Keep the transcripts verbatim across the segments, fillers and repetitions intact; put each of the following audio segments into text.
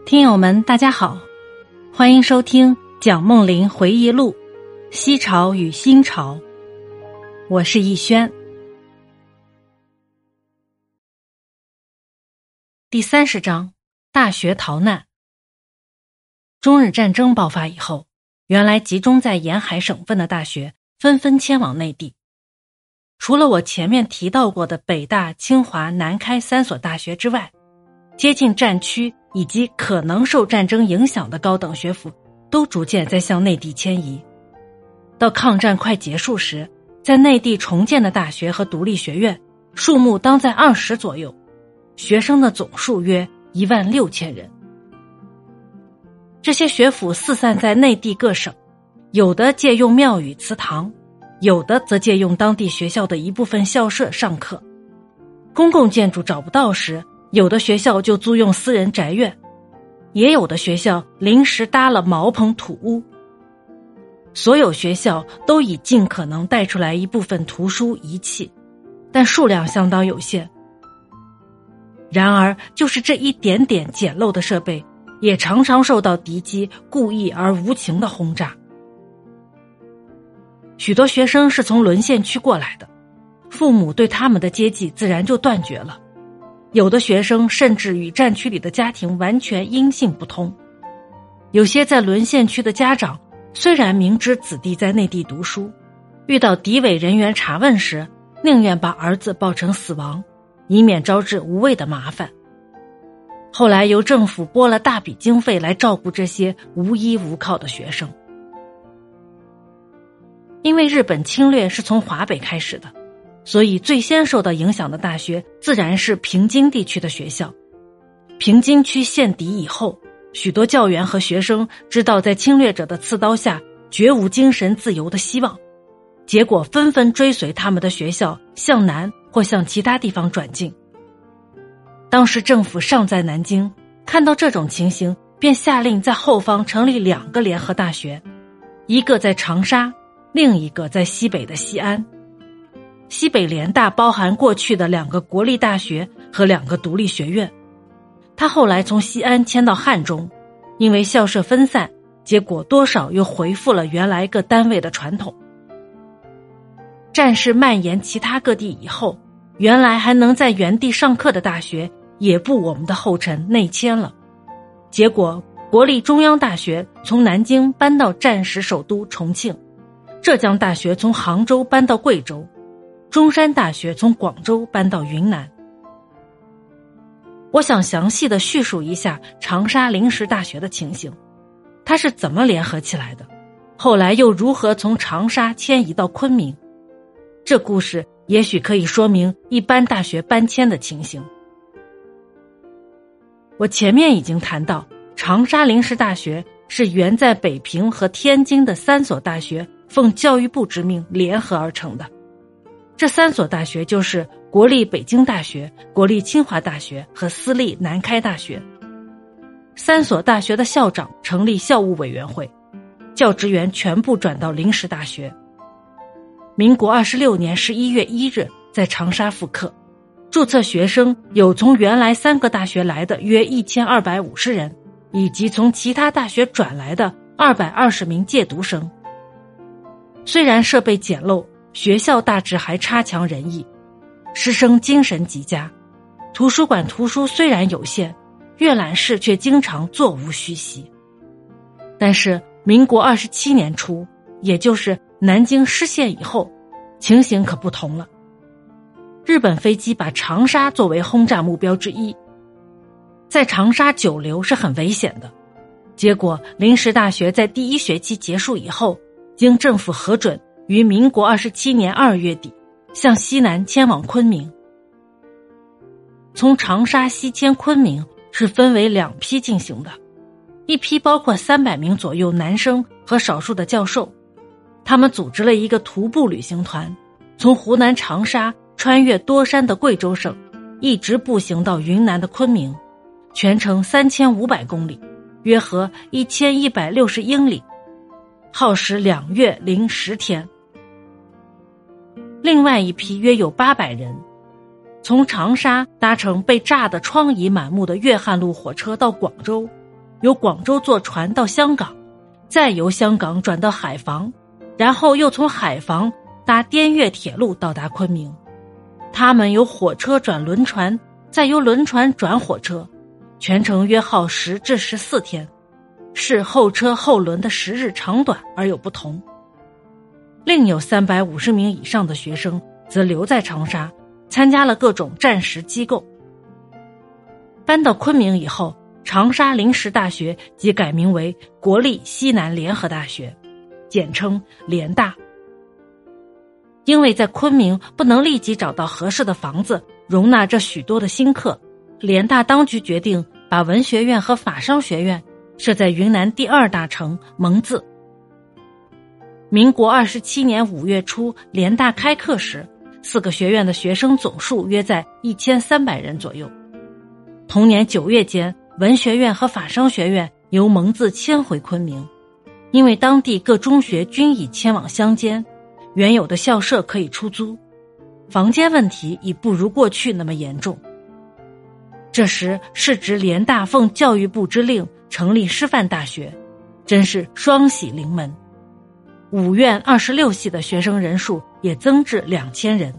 听友们大家好，欢迎收听蒋梦麟回忆录西朝与新朝，我是逸轩。第三十章，大学逃难。中日战争爆发以后，原来集中在沿海省份的大学纷纷迁往内地。除了我前面提到过的北大、清华、南开三所大学之外，接近战区以及可能受战争影响的高等学府都逐渐在向内地迁移。到抗战快结束时，在内地重建的大学和独立学院数目当在二十左右，学生的总数约一万六千人。这些学府四散在内地各省，有的借用庙宇祠堂，有的则借用当地学校的一部分校舍上课。公共建筑找不到时，有的学校就租用私人宅院，也有的学校临时搭了茅棚土屋。所有学校都已尽可能带出来一部分图书仪器，但数量相当有限。然而就是这一点点简陋的设备，也常常受到敌机故意而无情的轰炸。许多学生是从沦陷区过来的，父母对他们的接济自然就断绝了。有的学生甚至与战区里的家庭完全音信不通。有些在沦陷区的家长虽然明知子弟在内地读书，遇到敌伪人员查问时，宁愿把儿子报成死亡，以免招致无谓的麻烦。后来由政府拨了大笔经费来照顾这些无依无靠的学生。因为日本侵略是从华北开始的，所以最先受到影响的大学自然是平津地区的学校。平津区陷敌以后，许多教员和学生知道在侵略者的刺刀下绝无精神自由的希望，结果纷纷追随他们的学校向南或向其他地方转进。当时政府尚在南京，看到这种情形，便下令在后方成立两个联合大学，一个在长沙，另一个在西北的西安。西北联大包含过去的两个国立大学和两个独立学院，他后来从西安迁到汉中，因为校舍分散，结果多少又恢复了原来各单位的传统。战事蔓延其他各地以后，原来还能在原地上课的大学也步我们的后尘内迁了。结果国立中央大学从南京搬到战时首都重庆，浙江大学从杭州搬到贵州，中山大学从广州搬到云南。我想详细的叙述一下长沙临时大学的情形，它是怎么联合起来的，后来又如何从长沙迁移到昆明。这故事也许可以说明一般大学搬迁的情形。我前面已经谈到，长沙临时大学是原在北平和天津的三所大学奉教育部之命联合而成的。这三所大学就是国立北京大学、国立清华大学和私立南开大学。三所大学的校长成立校务委员会，教职员全部转到临时大学。民国二十六年十一月一日在长沙复课，注册学生有从原来三个大学来的约一千二百五十人，以及从其他大学转来的二百二十名借读生。虽然设备简陋，学校大致还差强人意，师生精神极佳，图书馆图书虽然有限，阅览室却经常座无虚席。但是民国二十七年初，也就是南京失陷以后，情形可不同了。日本飞机把长沙作为轰炸目标之一，在长沙久留是很危险的。结果临时大学在第一学期结束以后，经政府核准，于民国二十七年二月底向西南迁往昆明。从长沙西迁昆明是分为两批进行的，一批包括三百名左右男生和少数的教授，他们组织了一个徒步旅行团，从湖南长沙穿越多山的贵州省，一直步行到云南的昆明，全程三千五百公里，约合一千一百六十英里，耗时两月零十天。另外一批约有八百人，从长沙搭乘被炸得疮痍满目的粤汉路火车到广州， 由广州坐船到香港，再由香港转到海防，然后又从海防搭滇越铁路到达昆明。他们由火车转轮船，再由轮船转火车，全程约耗十至十四天，是后车后轮的时日长短而有不同。另有三百五十名以上的学生则留在长沙，参加了各种战时机构。搬到昆明以后，长沙临时大学即改名为国立西南联合大学，简称联大。因为在昆明不能立即找到合适的房子容纳这许多的新客，联大当局决定把文学院和法商学院设在云南第二大城蒙自。民国二十七年五月初，联大开课时，四个学院的学生总数约在一千三百人左右。同年九月间，文学院和法商学院由蒙自迁回昆明，因为当地各中学均已迁往乡间，原有的校舍可以出租，房间问题已不如过去那么严重。这时市直联大奉教育部之令成立师范大学，真是双喜临门。五院二十六系的学生人数也增至两千人。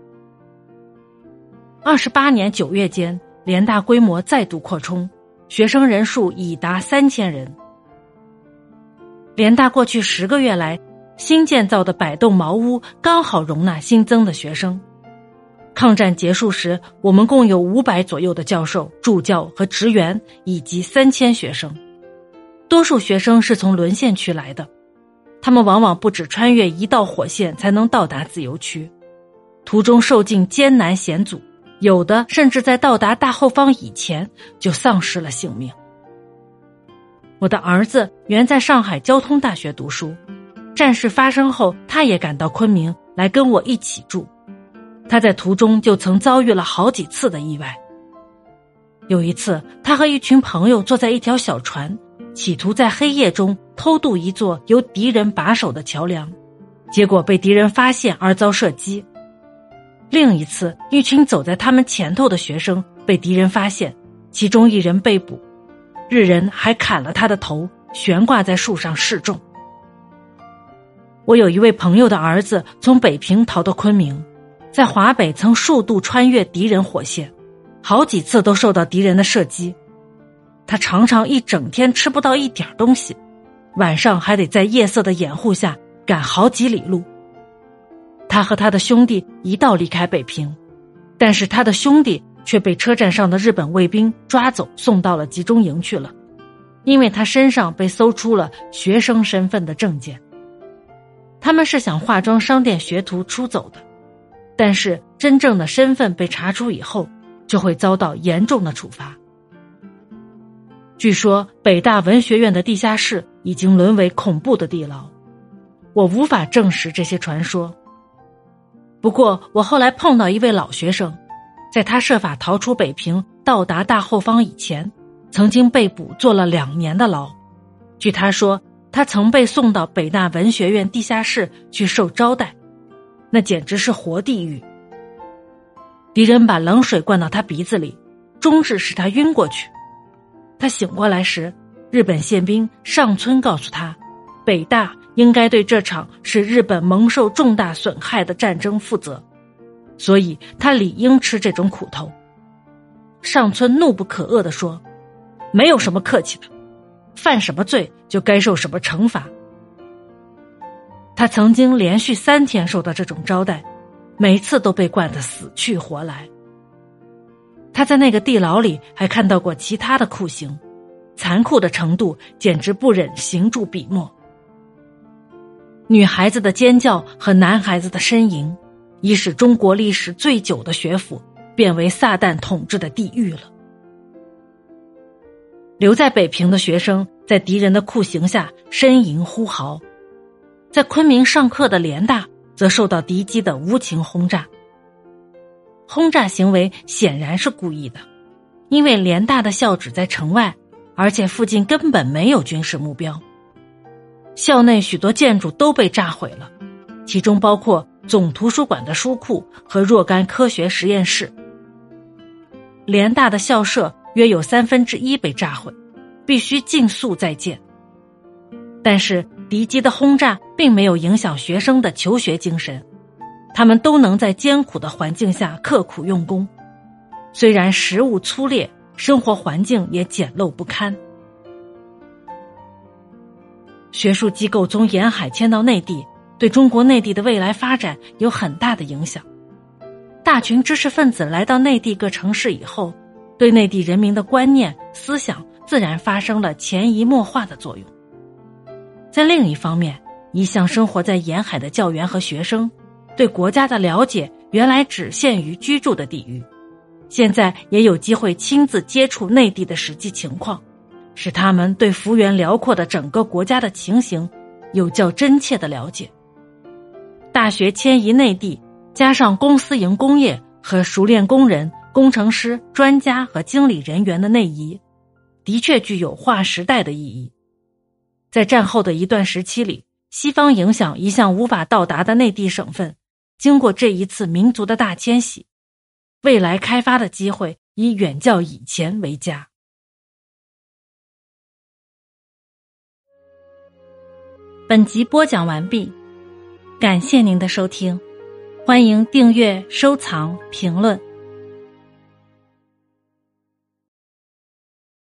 二十八年九月间，联大规模再度扩充，学生人数已达三千人。联大过去十个月来新建造的百栋茅屋刚好容纳新增的学生。抗战结束时，我们共有五百左右的教授、助教和职员，以及三千学生。多数学生是从沦陷区来的，他们往往不止穿越一道火线才能到达自由区，途中受尽艰难险阻，有的甚至在到达大后方以前就丧失了性命。我的儿子原在上海交通大学读书，战事发生后他也赶到昆明来跟我一起住。他在途中就曾遭遇了好几次的意外。有一次，他和一群朋友坐在一条小船，企图在黑夜中偷渡一座由敌人把守的桥梁，结果被敌人发现而遭射击。另一次，一群走在他们前头的学生被敌人发现，其中一人被捕，日人还砍了他的头，悬挂在树上示众。我有一位朋友的儿子从北平逃到昆明，在华北曾数度穿越敌人火线，好几次都受到敌人的射击。他常常一整天吃不到一点东西，晚上还得在夜色的掩护下赶好几里路。他和他的兄弟一道离开北平，但是他的兄弟却被车站上的日本卫兵抓走，送到了集中营去了，因为他身上被搜出了学生身份的证件。他们是想化妆商店学徒出走的，但是真正的身份被查出以后，就会遭到严重的处罚。据说北大文学院的地下室已经沦为恐怖的地牢，我无法证实这些传说。不过我后来碰到一位老学生，在他设法逃出北平到达大后方以前，曾经被捕坐了两年的牢。据他说，他曾被送到北大文学院地下室去受招待，那简直是活地狱。敌人把冷水灌到他鼻子里，终至使他晕过去。他醒过来时，日本宪兵上村告诉他，北大应该对这场使日本蒙受重大损害的战争负责，所以他理应吃这种苦头。上村怒不可遏地说，没有什么客气的，犯什么罪就该受什么惩罚。他曾经连续三天受到这种招待，每次都被灌得死去活来。他在那个地牢里还看到过其他的酷刑，残酷的程度简直不忍行注笔墨。女孩子的尖叫和男孩子的呻吟，已使中国历史最久的学府变为撒旦统治的地狱了。留在北平的学生在敌人的酷刑下呻吟呼嚎，在昆明上课的联大则受到敌机的无情轰炸。轰炸行为显然是故意的，因为联大的校址在城外，而且附近根本没有军事目标。校内许多建筑都被炸毁了，其中包括总图书馆的书库和若干科学实验室。联大的校舍约有三分之一被炸毁， 必须尽速再建。但是敌机的轰炸并没有影响学生的求学精神，他们都能在艰苦的环境下刻苦用功，虽然食物粗劣，生活环境也简陋不堪。学术机构从沿海迁到内地，对中国内地的未来发展有很大的影响。大群知识分子来到内地各城市以后，对内地人民的观念、思想自然发生了潜移默化的作用。在另一方面，一向生活在沿海的教员和学生，对国家的了解原来只限于居住的地域，现在也有机会亲自接触内地的实际情况，使他们对幅员辽阔的整个国家的情形有较真切的了解。大学迁移内地，加上公私营工业和熟练工人、工程师、专家和经理人员的内移，的确具有划时代的意义。在战后的一段时期里，西方影响一向无法到达的内地省份，经过这一次民族的大迁徙，未来开发的机会以远较以前为佳。本集播讲完毕，感谢您的收听，欢迎订阅、收藏、评论。